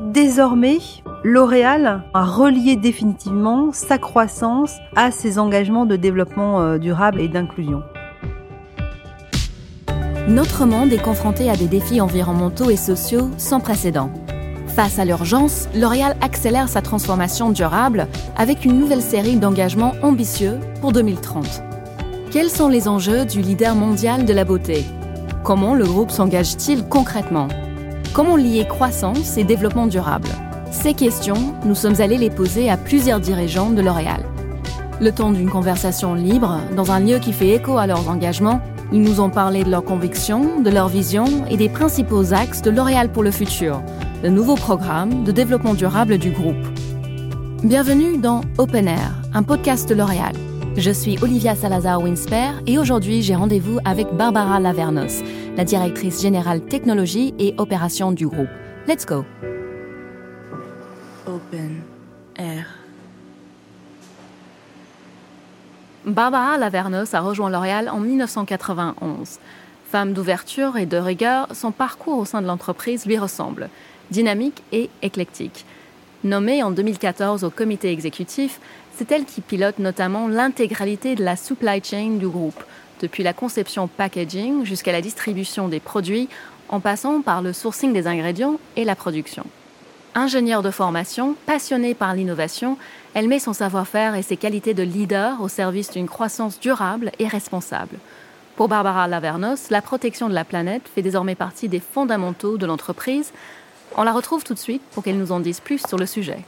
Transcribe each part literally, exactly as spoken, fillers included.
désormais, L'Oréal a relié définitivement sa croissance à ses engagements de développement durable et d'inclusion. Notre monde est confronté à des défis environnementaux et sociaux sans précédent. Face à l'urgence, L'Oréal accélère sa transformation durable avec une nouvelle série d'engagements ambitieux pour deux mille trente. Quels sont les enjeux du leader mondial de la beauté ? Comment le groupe s'engage-t-il concrètement ? Comment lier croissance et développement durable ? Ces questions, nous sommes allés les poser à plusieurs dirigeants de L'Oréal. Le temps d'une conversation libre, dans un lieu qui fait écho à leurs engagements, ils nous ont parlé de leurs convictions, de leur vision et des principaux axes de L'Oréal pour le futur, le nouveau programme de développement durable du groupe. Bienvenue dans Open Air, un podcast de L'Oréal. Je suis Olivia Salazar-Winsper et aujourd'hui j'ai rendez-vous avec Barbara Lavernos, la directrice générale technologie et opérations du groupe. Let's go! Open Air. Barbara Lavernos a rejoint L'Oréal en dix-neuf cent quatre-vingt-onze. Femme d'ouverture et de rigueur, son parcours au sein de l'entreprise lui ressemble, dynamique et éclectique. Nommée en deux mille quatorze au comité exécutif, c'est elle qui pilote notamment l'intégralité de la supply chain du groupe, depuis la conception packaging jusqu'à la distribution des produits, en passant par le sourcing des ingrédients et la production. Ingénieure de formation, passionnée par l'innovation, elle met son savoir-faire et ses qualités de leader au service d'une croissance durable et responsable. Pour Barbara Lavernos, la protection de la planète fait désormais partie des fondamentaux de l'entreprise. On la retrouve tout de suite pour qu'elle nous en dise plus sur le sujet.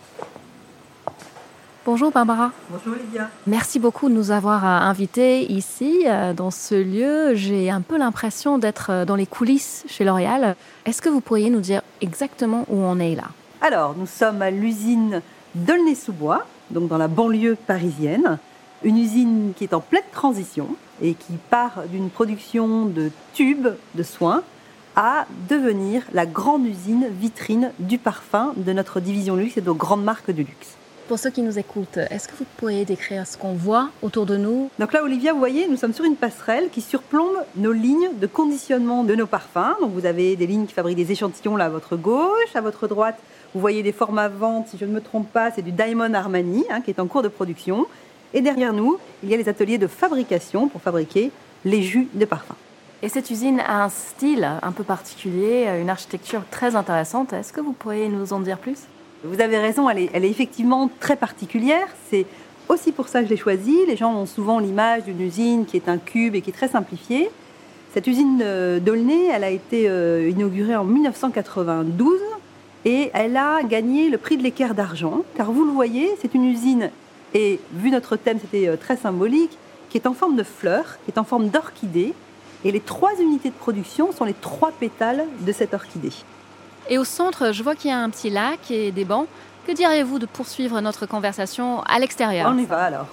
Bonjour Barbara. Bonjour Olivia. Merci beaucoup de nous avoir invités ici, dans ce lieu. J'ai un peu l'impression d'être dans les coulisses chez L'Oréal. Est-ce que vous pourriez nous dire exactement où on est là ? Alors, nous sommes à l'usine d'Aulnay-sous-Bois, donc dans la banlieue parisienne. Une usine qui est en pleine transition et qui part d'une production de tubes de soins à devenir la grande usine vitrine du parfum de notre division luxe et de nos grandes marques du luxe. Pour ceux qui nous écoutent, est-ce que vous pourriez décrire ce qu'on voit autour de nous ? Donc là, Olivia, vous voyez, nous sommes sur une passerelle qui surplombe nos lignes de conditionnement de nos parfums. Donc vous avez des lignes qui fabriquent des échantillons là à votre gauche, à votre droite. Vous voyez des formats vente, si je ne me trompe pas, c'est du Diamond Armani hein, qui est en cours de production. Et derrière nous, il y a les ateliers de fabrication pour fabriquer les jus de parfum. Et cette usine a un style un peu particulier, une architecture très intéressante. Est-ce que vous pourriez nous en dire plus ? Vous avez raison, elle est, elle est effectivement très particulière. C'est aussi pour ça que je l'ai choisie. Les gens ont souvent l'image d'une usine qui est un cube et qui est très simplifiée. Cette usine d'Aulnay, elle a été inaugurée en dix-neuf cent quatre-vingt-douze et elle a gagné le prix de l'équerre d'argent. Car vous le voyez, c'est une usine, et vu notre thème, c'était très symbolique, qui est en forme de fleur, qui est en forme d'orchidée. Et les trois unités de production sont les trois pétales de cette orchidée. Et au centre, je vois qu'il y a un petit lac et des bancs. Que diriez-vous de poursuivre notre conversation à l'extérieur ? On y va alors.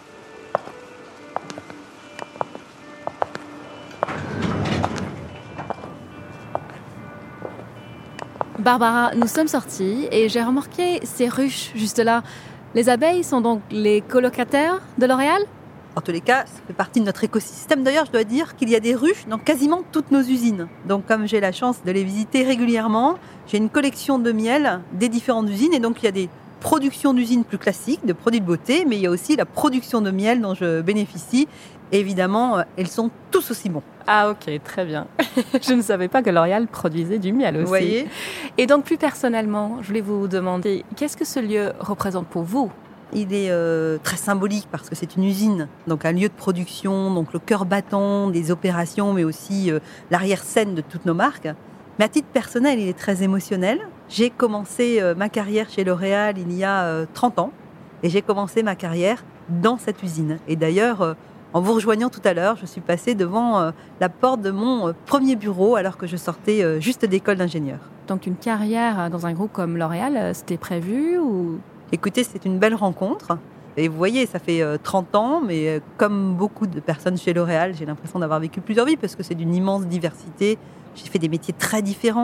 Barbara, nous sommes sortis et j'ai remarqué ces ruches juste là. Les abeilles sont donc les colocataires de L'Oréal ? En tous les cas, ça fait partie de notre écosystème. D'ailleurs, je dois dire qu'il y a des ruches dans quasiment toutes nos usines. Donc, comme j'ai la chance de les visiter régulièrement, j'ai une collection de miel des différentes usines. Et donc, il y a des productions d'usines plus classiques, de produits de beauté, mais il y a aussi la production de miel dont je bénéficie. Et évidemment, elles sont tous aussi bons. Ah ok, très bien. Je ne savais pas que L'Oréal produisait du miel aussi. Vous voyez ? Et donc, plus personnellement, je voulais vous demander, qu'est-ce que ce lieu représente pour vous ? Il est euh, très symbolique parce que c'est une usine, donc un lieu de production, donc le cœur battant des opérations, mais aussi euh, l'arrière-scène de toutes nos marques. Mais à titre personnel, il est très émotionnel. J'ai commencé euh, ma carrière chez L'Oréal il y a euh, trente ans et j'ai commencé ma carrière dans cette usine. Et d'ailleurs, euh, en vous rejoignant tout à l'heure, je suis passée devant euh, la porte de mon euh, premier bureau alors que je sortais euh, juste d'école d'ingénieur. Donc une carrière dans un groupe comme L'Oréal, c'était prévu ou... Écoutez, c'est une belle rencontre. Et vous voyez, ça fait trente ans, mais comme beaucoup de personnes chez L'Oréal, j'ai l'impression d'avoir vécu plusieurs vies parce que c'est d'une immense diversité. J'ai fait des métiers très différents,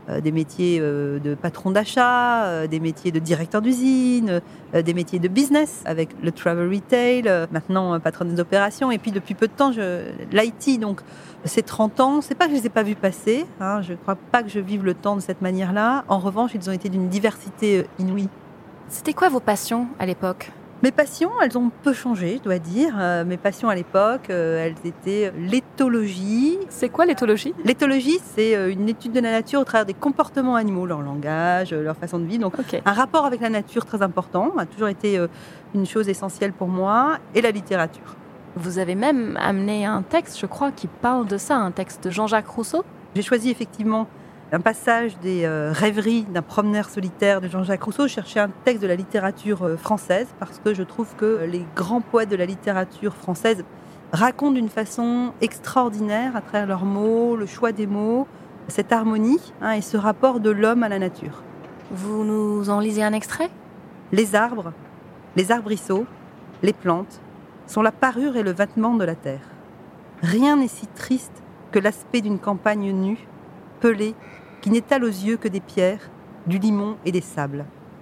euh, des métiers euh, de patron d'achat, euh, des métiers de directeur d'usine, euh, des métiers de business avec le travel retail, euh, maintenant euh, patronne d'opération. Et puis depuis peu de temps, je, l'I T, donc ces trente ans, c'est pas que je les ai pas vus passer, hein, je ne crois pas que je vive le temps de cette manière-là. En revanche, ils ont été d'une diversité euh, inouïe. C'était quoi vos passions à l'époque ? Mes passions, elles ont peu changé, je dois dire. Euh, mes passions à l'époque, euh, elles étaient l'éthologie. C'est quoi l'éthologie ? L'éthologie, c'est euh, une étude de la nature au travers des comportements animaux, leur langage, euh, leur façon de vivre. Donc, okay. Un rapport avec la nature très important, a toujours été euh, une chose essentielle pour moi, et la littérature. Vous avez même amené un texte, je crois, qui parle de ça, un texte de Jean-Jacques Rousseau. J'ai choisi effectivement un passage des euh, rêveries d'un promeneur solitaire de Jean-Jacques Rousseau. Je cherchais un texte de la littérature euh, française parce que je trouve que les grands poètes de la littérature française racontent d'une façon extraordinaire, à travers leurs mots, le choix des mots, cette harmonie hein, et ce rapport de l'homme à la nature. Vous nous en lisez un extrait ? Les arbres, les arbrisseaux, les plantes sont la parure et le vêtement de la terre. Rien n'est si triste que l'aspect d'une campagne nue, pelée, qui n'étale aux yeux que des pierres, du limon et des sables.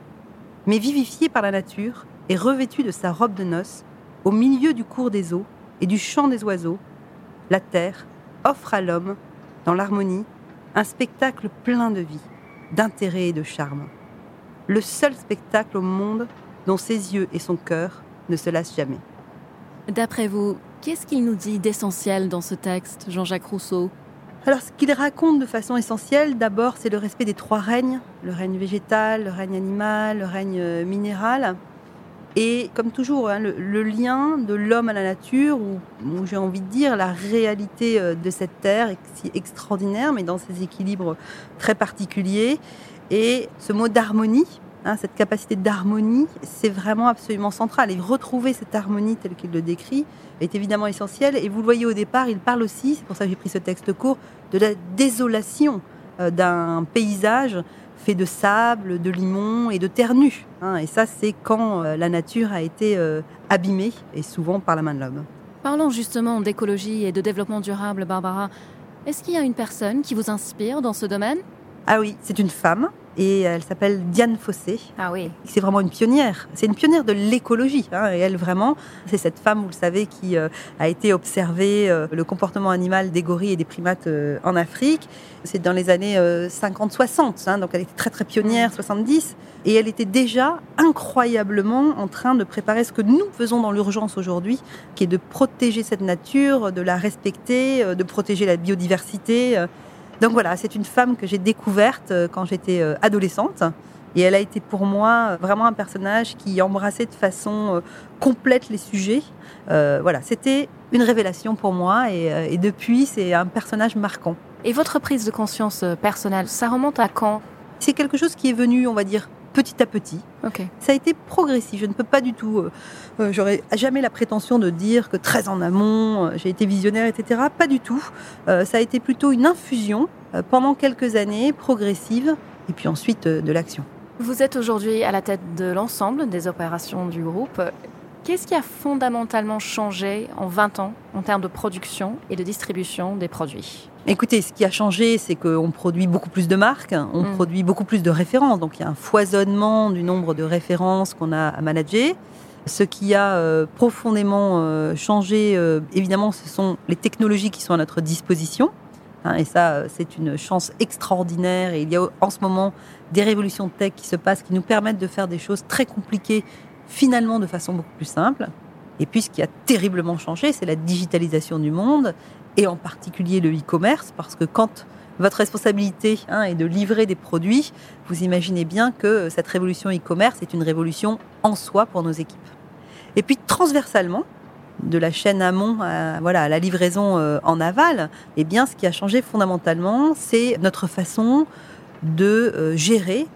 Mais vivifiée par la nature et revêtue de sa robe de noces, au milieu du cours des eaux et du chant des oiseaux, la terre offre à l'homme, dans l'harmonie, un spectacle plein de vie, d'intérêt et de charme. Le seul spectacle au monde dont ses yeux et son cœur ne se lassent jamais. D'après vous, qu'est-ce qu'il nous dit d'essentiel dans ce texte, Jean-Jacques Rousseau ? Alors, ce qu'il raconte de façon essentielle, d'abord, c'est le respect des trois règnes, le règne végétal, le règne animal, le règne minéral. Et comme toujours, hein, le, le lien de l'homme à la nature, ou, ou j'ai envie de dire la réalité de cette terre, est si extraordinaire, mais dans ses équilibres très particuliers. Et ce mot d'harmonie, hein, cette capacité d'harmonie, c'est vraiment absolument central. Et retrouver cette harmonie telle qu'il le décrit est évidemment essentiel. Et vous le voyez au départ, il parle aussi, c'est pour ça que j'ai pris ce texte court, de la désolation euh, d'un paysage fait de sable, de limon et de terre nue. Hein, et ça, c'est quand euh, la nature a été euh, abîmée, et souvent par la main de l'homme. Parlons justement d'écologie et de développement durable, Barbara. Est-ce qu'il y a une personne qui vous inspire dans ce domaine ? Ah oui, c'est une femme. Et elle s'appelle Diane Fossé. Ah oui. C'est vraiment une pionnière. C'est une pionnière de l'écologie. Hein, et elle, vraiment, c'est cette femme, vous le savez, qui euh, a été observer euh, le comportement animal des gorilles et des primates euh, en Afrique. C'est dans les années euh, cinquante soixante. Hein, donc elle était très, très pionnière, soixante-dix. Et elle était déjà incroyablement en train de préparer ce que nous faisons dans l'urgence aujourd'hui, qui est de protéger cette nature, de la respecter, de protéger la biodiversité. Donc voilà, c'est une femme que j'ai découverte quand j'étais adolescente. Et elle a été pour moi vraiment un personnage qui embrassait de façon complète les sujets. Euh, voilà, c'était une révélation pour moi. Et, et depuis, c'est un personnage marquant. Et votre prise de conscience personnelle, ça remonte à quand ? C'est quelque chose qui est venu, on va dire, petit à petit. Okay. Ça a été progressif. Je ne peux pas du tout... Euh, euh, j'aurais jamais la prétention de dire que très en amont, euh, j'ai été visionnaire, et cetera. Pas du tout. Euh, ça a été plutôt une infusion euh, pendant quelques années, progressive, et puis ensuite euh, de l'action. Vous êtes aujourd'hui à la tête de l'ensemble des opérations du groupe. Qu'est-ce qui a fondamentalement changé en vingt ans en termes de production et de distribution des produits ? Écoutez, ce qui a changé, c'est qu'on produit beaucoup plus de marques, on mmh. produit beaucoup plus de références. Donc, il y a un foisonnement du nombre de références qu'on a à manager. Ce qui a euh, profondément euh, changé, euh, évidemment, ce sont les technologies qui sont à notre disposition. Hein, et ça, c'est une chance extraordinaire. Et il y a en ce moment des révolutions tech qui se passent, qui nous permettent de faire des choses très compliquées, finalement, de façon beaucoup plus simple. Et puis, ce qui a terriblement changé, c'est la digitalisation du monde, et en particulier le e-commerce, parce que quand votre responsabilité hein, est de livrer des produits, vous imaginez bien que cette révolution e-commerce est une révolution en soi pour nos équipes. Et puis transversalement, de la chaîne amont à, voilà, à la livraison euh, en aval, eh bien, ce qui a changé fondamentalement, c'est notre façon de euh, gérer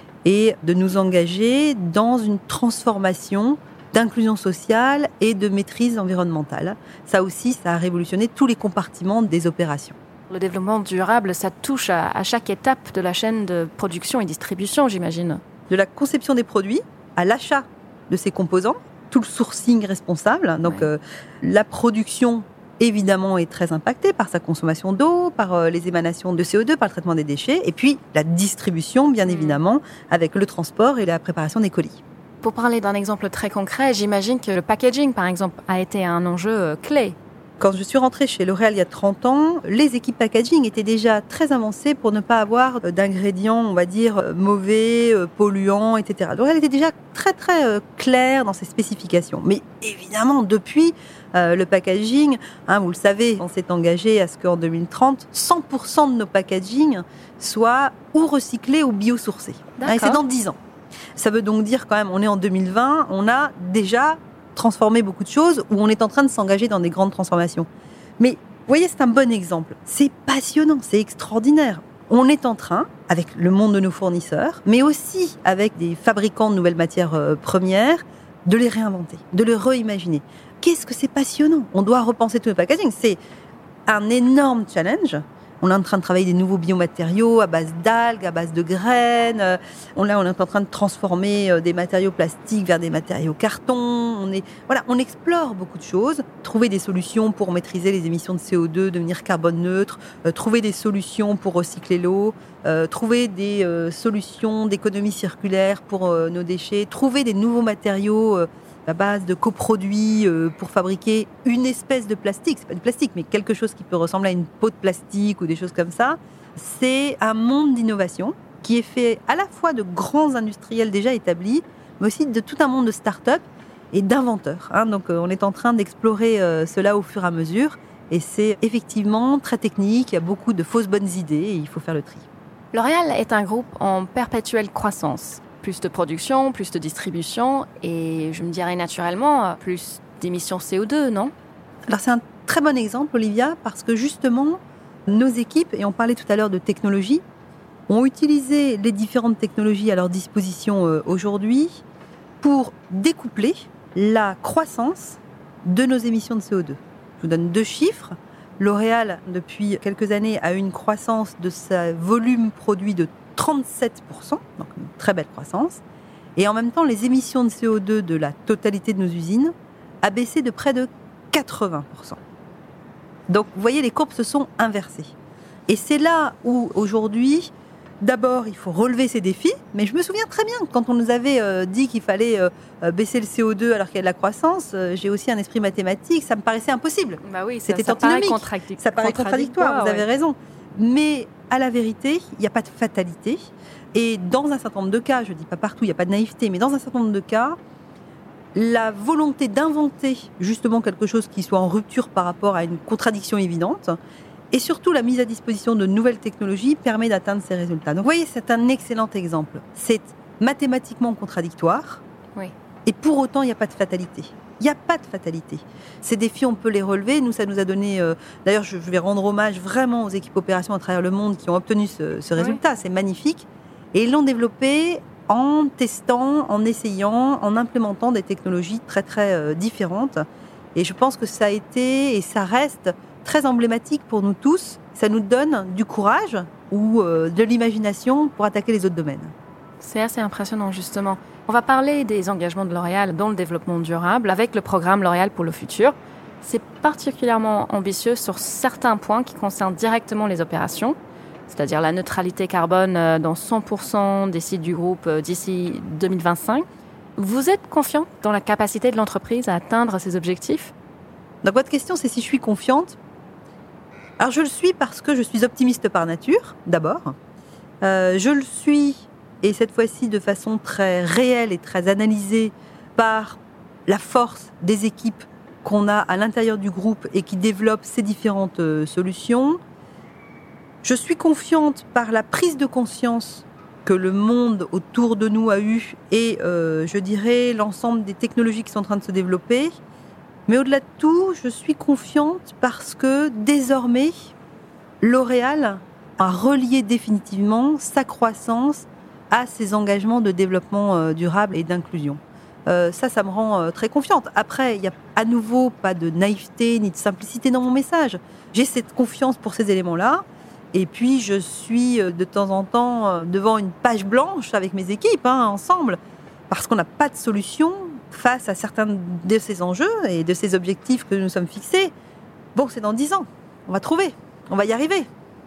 et de nous engager dans une transformation d'inclusion sociale et de maîtrise environnementale. Ça aussi, ça a révolutionné tous les compartiments des opérations. Le développement durable, ça touche à, à chaque étape de la chaîne de production et distribution, j'imagine. De la conception des produits à l'achat de ces composants, tout le sourcing responsable, donc ouais. euh, la production évidemment, est très impacté par sa consommation d'eau, par les émanations de C O deux, par le traitement des déchets, et puis la distribution, bien évidemment, avec le transport et la préparation des colis. Pour parler d'un exemple très concret, j'imagine que le packaging, par exemple, a été un enjeu clé. Quand je suis rentrée chez L'Oréal il y a trente ans, les équipes packaging étaient déjà très avancées pour ne pas avoir d'ingrédients, on va dire, mauvais, polluants, et cetera. L'Oréal était déjà très très clair dans ses spécifications. Mais évidemment, depuis euh, le packaging, hein, vous le savez, on s'est engagé à ce qu'en deux mille trente, cent pour cent de nos packaging soient ou recyclés ou biosourcés. Hein, et c'est dans dix ans. Ça veut donc dire quand même, on est en deux mille vingt, on a déjà transformer beaucoup de choses, où on est en train de s'engager dans des grandes transformations. Mais vous voyez, c'est un bon exemple. C'est passionnant, c'est extraordinaire. On est en train, avec le monde de nos fournisseurs, mais aussi avec des fabricants de nouvelles matières euh, premières, de les réinventer, de les réimaginer. Qu'est-ce que c'est passionnant! On doit repenser tout le packaging. C'est un énorme challenge. On est en train de travailler des nouveaux biomatériaux à base d'algues, à base de graines. On, là, on est en train de transformer des matériaux plastiques vers des matériaux carton. On, est, voilà, on explore beaucoup de choses. Trouver des solutions pour maîtriser les émissions de C O deux, devenir carbone neutre. Euh, trouver des solutions pour recycler l'eau. Euh, trouver des euh, solutions d'économie circulaire pour euh, nos déchets. Trouver des nouveaux matériaux euh, à base de coproduits euh, pour fabriquer une espèce de plastique. C'est pas du plastique, mais quelque chose qui peut ressembler à une peau de plastique ou des choses comme ça. C'est un monde d'innovation qui est fait à la fois de grands industriels déjà établis, mais aussi de tout un monde de start-up et d'inventeurs. Hein. Donc euh, on est en train d'explorer euh, cela au fur et à mesure. Et c'est effectivement très technique, il y a beaucoup de fausses bonnes idées et il faut faire le tri. L'Oréal est un groupe en perpétuelle croissance. Plus de production, plus de distribution et je me dirais naturellement plus d'émissions C O deux, non? Alors c'est un très bon exemple, Olivia, parce que justement, nos équipes, et on parlait tout à l'heure de technologie, ont utilisé les différentes technologies à leur disposition euh, aujourd'hui pour découpler la croissance de nos émissions de C O deux. Je vous donne deux chiffres. L'Oréal, depuis quelques années, a eu une croissance de sa volume produit de trente-sept pour cent, donc une très belle croissance. Et en même temps, les émissions de C O deux de la totalité de nos usines a baissé de près de quatre-vingts pour cent. Donc, vous voyez, les courbes se sont inversées. Et c'est là où, aujourd'hui, d'abord, il faut relever ces défis. Mais je me souviens très bien, quand on nous avait euh, dit qu'il fallait euh, baisser le C O deux alors qu'il y a de la croissance, euh, j'ai aussi un esprit mathématique, ça me paraissait impossible. Bah oui, ça, C'était ça antinomique. Paraît contradictoire. Ça paraît contradictoire, vous avez ouais. raison. Mais à la vérité, il n'y a pas de fatalité. Et dans un certain nombre de cas, je ne dis pas partout, il n'y a pas de naïveté, mais dans un certain nombre de cas, la volonté d'inventer justement quelque chose qui soit en rupture par rapport à une contradiction évidente, et surtout la mise à disposition de nouvelles technologies permet d'atteindre ces résultats. Donc vous voyez, c'est un excellent exemple. C'est mathématiquement contradictoire, oui. Et pour autant, il n'y a pas de fatalité. Il n'y a pas de fatalité. Ces défis, on peut les relever. Nous, ça nous a donné... Euh, d'ailleurs, je, je vais rendre hommage vraiment aux équipes opérations à travers le monde qui ont obtenu ce, ce résultat. Oui. C'est magnifique. Et ils l'ont développé en testant, en essayant, en implémentant des technologies très, très euh, différentes. Et je pense que ça a été et ça reste très emblématique pour nous tous. Ça nous donne du courage ou euh, de l'imagination pour attaquer les autres domaines. C'est assez impressionnant, justement. On va parler des engagements de L'Oréal dans le développement durable avec le programme L'Oréal pour le futur. C'est particulièrement ambitieux sur certains points qui concernent directement les opérations, c'est-à-dire la neutralité carbone dans cent pour cent des sites du groupe d'ici deux mille vingt-cinq. Vous êtes confiant dans la capacité de l'entreprise à atteindre ces objectifs? Donc votre question, c'est si je suis confiante. Alors je le suis parce que je suis optimiste par nature, d'abord. Euh, je le suis, et cette fois-ci de façon très réelle et très analysée, par la force des équipes qu'on a à l'intérieur du groupe et qui développent ces différentes euh, solutions. Je suis confiante par la prise de conscience que le monde autour de nous a eu et, euh, je dirais, l'ensemble des technologies qui sont en train de se développer. Mais au-delà de tout, je suis confiante parce que désormais, L'Oréal a relié définitivement sa croissance à ses engagements de développement euh, durable et d'inclusion. Euh, ça, ça me rend euh, très confiante. Après, il n'y a à nouveau pas de naïveté ni de simplicité dans mon message. J'ai cette confiance pour ces éléments-là. Et puis, je suis euh, de temps en temps euh, devant une page blanche avec mes équipes, hein, ensemble, parce qu'on n'a pas de solution face à certains de ces enjeux et de ces objectifs que nous nous sommes fixés. bon, c'est dans dix ans, on va trouver, on va y arriver.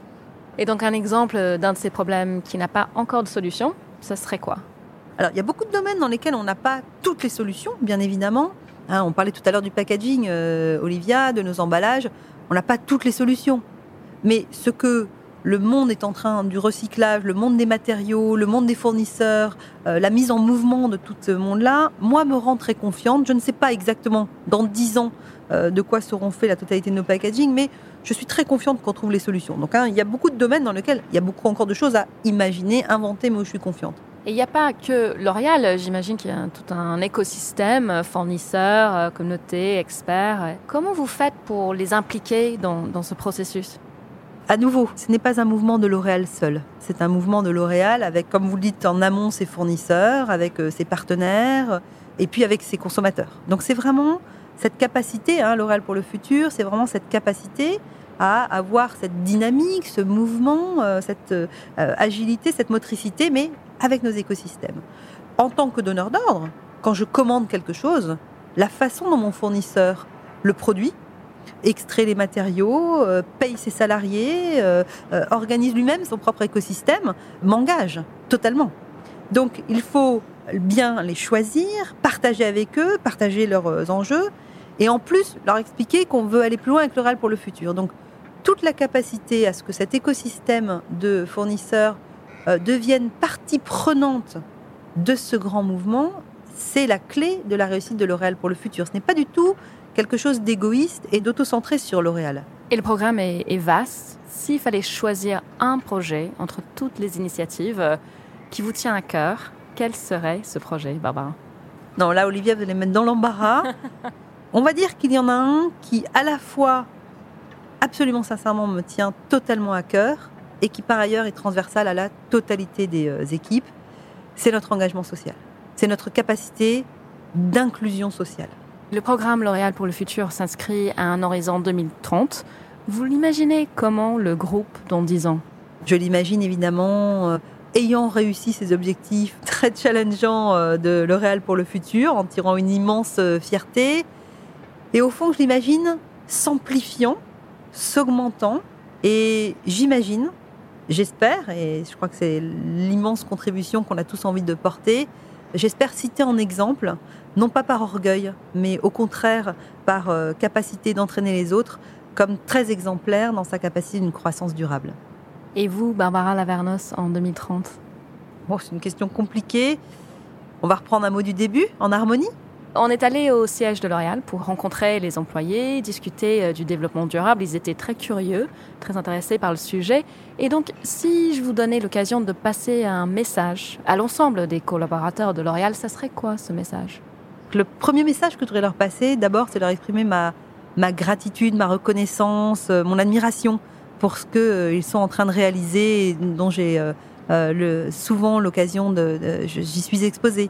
Et donc un exemple d'un de ces problèmes qui n'a pas encore de solution, ce serait quoi ? Alors, il y a beaucoup de domaines dans lesquels on n'a pas toutes les solutions, bien évidemment. Hein, on parlait tout à l'heure du packaging, euh, Olivia, de nos emballages. On n'a pas toutes les solutions. Mais ce que le monde est en train, du recyclage, le monde des matériaux, le monde des fournisseurs, euh, la mise en mouvement de tout ce monde-là, moi, me rend très confiante. Je ne sais pas exactement, dans dix ans, euh, de quoi seront faits la totalité de nos packaging, mais je suis très confiante qu'on trouve les solutions. Donc, hein, il y a beaucoup de domaines dans lesquels il y a beaucoup encore de choses à imaginer, inventer, mais où je suis confiante. Et il n'y a pas que L'Oréal, j'imagine qu'il y a tout un écosystème, fournisseurs, communautés, experts. Comment vous faites pour les impliquer dans, dans ce processus ? À nouveau, ce n'est pas un mouvement de L'Oréal seul. C'est un mouvement de L'Oréal avec, comme vous le dites, en amont ses fournisseurs, avec ses partenaires et puis avec ses consommateurs. Donc c'est vraiment cette capacité, hein, L'Oréal pour le futur, c'est vraiment cette capacité à avoir cette dynamique, ce mouvement, euh, cette euh, agilité, cette motricité, mais avec nos écosystèmes. En tant que donneur d'ordre, quand je commande quelque chose, la façon dont mon fournisseur le produit, extrait les matériaux, euh, paye ses salariés, euh, euh, organise lui-même son propre écosystème, m'engage totalement. Donc il faut bien les choisir, partager avec eux, partager leurs enjeux, et en plus leur expliquer qu'on veut aller plus loin avec L'Oréal pour le futur. Donc toute la capacité à ce que cet écosystème de fournisseurs euh, devienne partie prenante de ce grand mouvement, c'est la clé de la réussite de L'Oréal pour le futur. Ce n'est pas du tout quelque chose d'égoïste et d'autocentré sur L'Oréal. Et le programme est, est vaste. S'il fallait choisir un projet entre toutes les initiatives euh, qui vous tient à cœur, quel serait ce projet, Barbara ? Non, là, Olivia, vous allez me mettre dans l'embarras. On va dire qu'il y en a un qui, à la fois, absolument sincèrement, me tient totalement à cœur et qui, par ailleurs, est transversal à la totalité des euh, équipes. C'est notre engagement social. C'est notre capacité d'inclusion sociale. Le programme L'Oréal pour le futur s'inscrit à un horizon deux mille trente. Vous l'imaginez comment, le groupe, dans dix ans ? Je l'imagine évidemment euh, ayant réussi ses objectifs très challengeants euh, de L'Oréal pour le futur, en tirant une immense euh, fierté. Et au fond, je l'imagine s'amplifiant, s'augmentant. Et j'imagine, j'espère, et je crois que c'est l'immense contribution qu'on a tous envie de porter, j'espère citer en exemple, non pas par orgueil, mais au contraire par euh, capacité d'entraîner les autres, comme très exemplaire dans sa capacité d'une croissance durable. Et vous, Barbara Lavernos, en deux mille trente ? Bon, c'est une question compliquée. On va reprendre un mot du début, en harmonie. On est allé au siège de L'Oréal pour rencontrer les employés, discuter du développement durable. Ils étaient très curieux, très intéressés par le sujet. Et donc, si je vous donnais l'occasion de passer un message à l'ensemble des collaborateurs de L'Oréal, ça serait quoi ce message ? Le premier message que je voudrais leur passer, d'abord, c'est leur exprimer ma, ma gratitude, ma reconnaissance, mon admiration pour ce qu'ils euh, sont en train de réaliser et dont j'ai euh, euh, le, souvent l'occasion de, de... J'y suis exposée.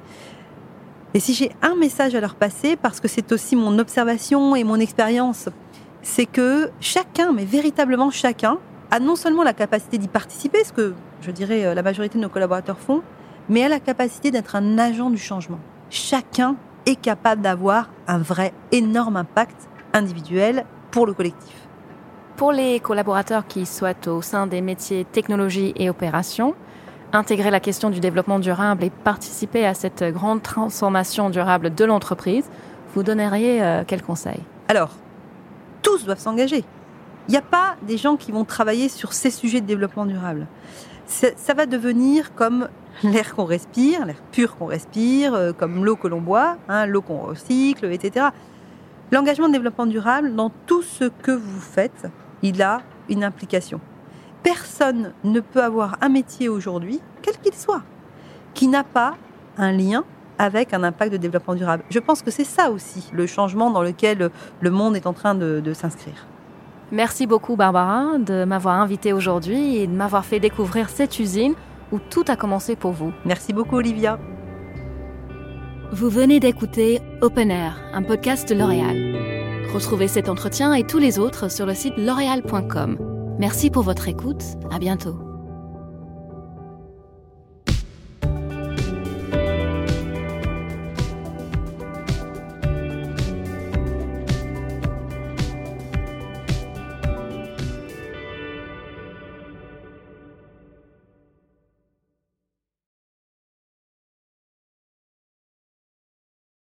Et si j'ai un message à leur passer, parce que c'est aussi mon observation et mon expérience, c'est que chacun, mais véritablement chacun, a non seulement la capacité d'y participer, ce que je dirais la majorité de nos collaborateurs font, mais a la capacité d'être un agent du changement. Chacun est capable d'avoir un vrai énorme impact individuel pour le collectif. Pour les collaborateurs qui souhaitent, au sein des métiers technologie et opération, intégrer la question du développement durable et participer à cette grande transformation durable de l'entreprise, vous donneriez euh, quels conseils ? Alors, tous doivent s'engager. Il n'y a pas des gens qui vont travailler sur ces sujets de développement durable. C'est, ça va devenir comme l'air qu'on respire, l'air pur qu'on respire, euh, comme l'eau que l'on boit, hein, l'eau qu'on recycle, et cetera. L'engagement de développement durable, dans tout ce que vous faites, il a une implication. Personne ne peut avoir un métier aujourd'hui, quel qu'il soit, qui n'a pas un lien avec un impact de développement durable. Je pense que c'est ça aussi, le changement dans lequel le monde est en train de, de s'inscrire. Merci beaucoup Barbara de m'avoir invitée aujourd'hui et de m'avoir fait découvrir cette usine où tout a commencé pour vous. Merci beaucoup Olivia. Vous venez d'écouter Open Air, un podcast de L'Oréal. Retrouvez cet entretien et tous les autres sur le site l'oréal point com. Merci pour votre écoute, à bientôt.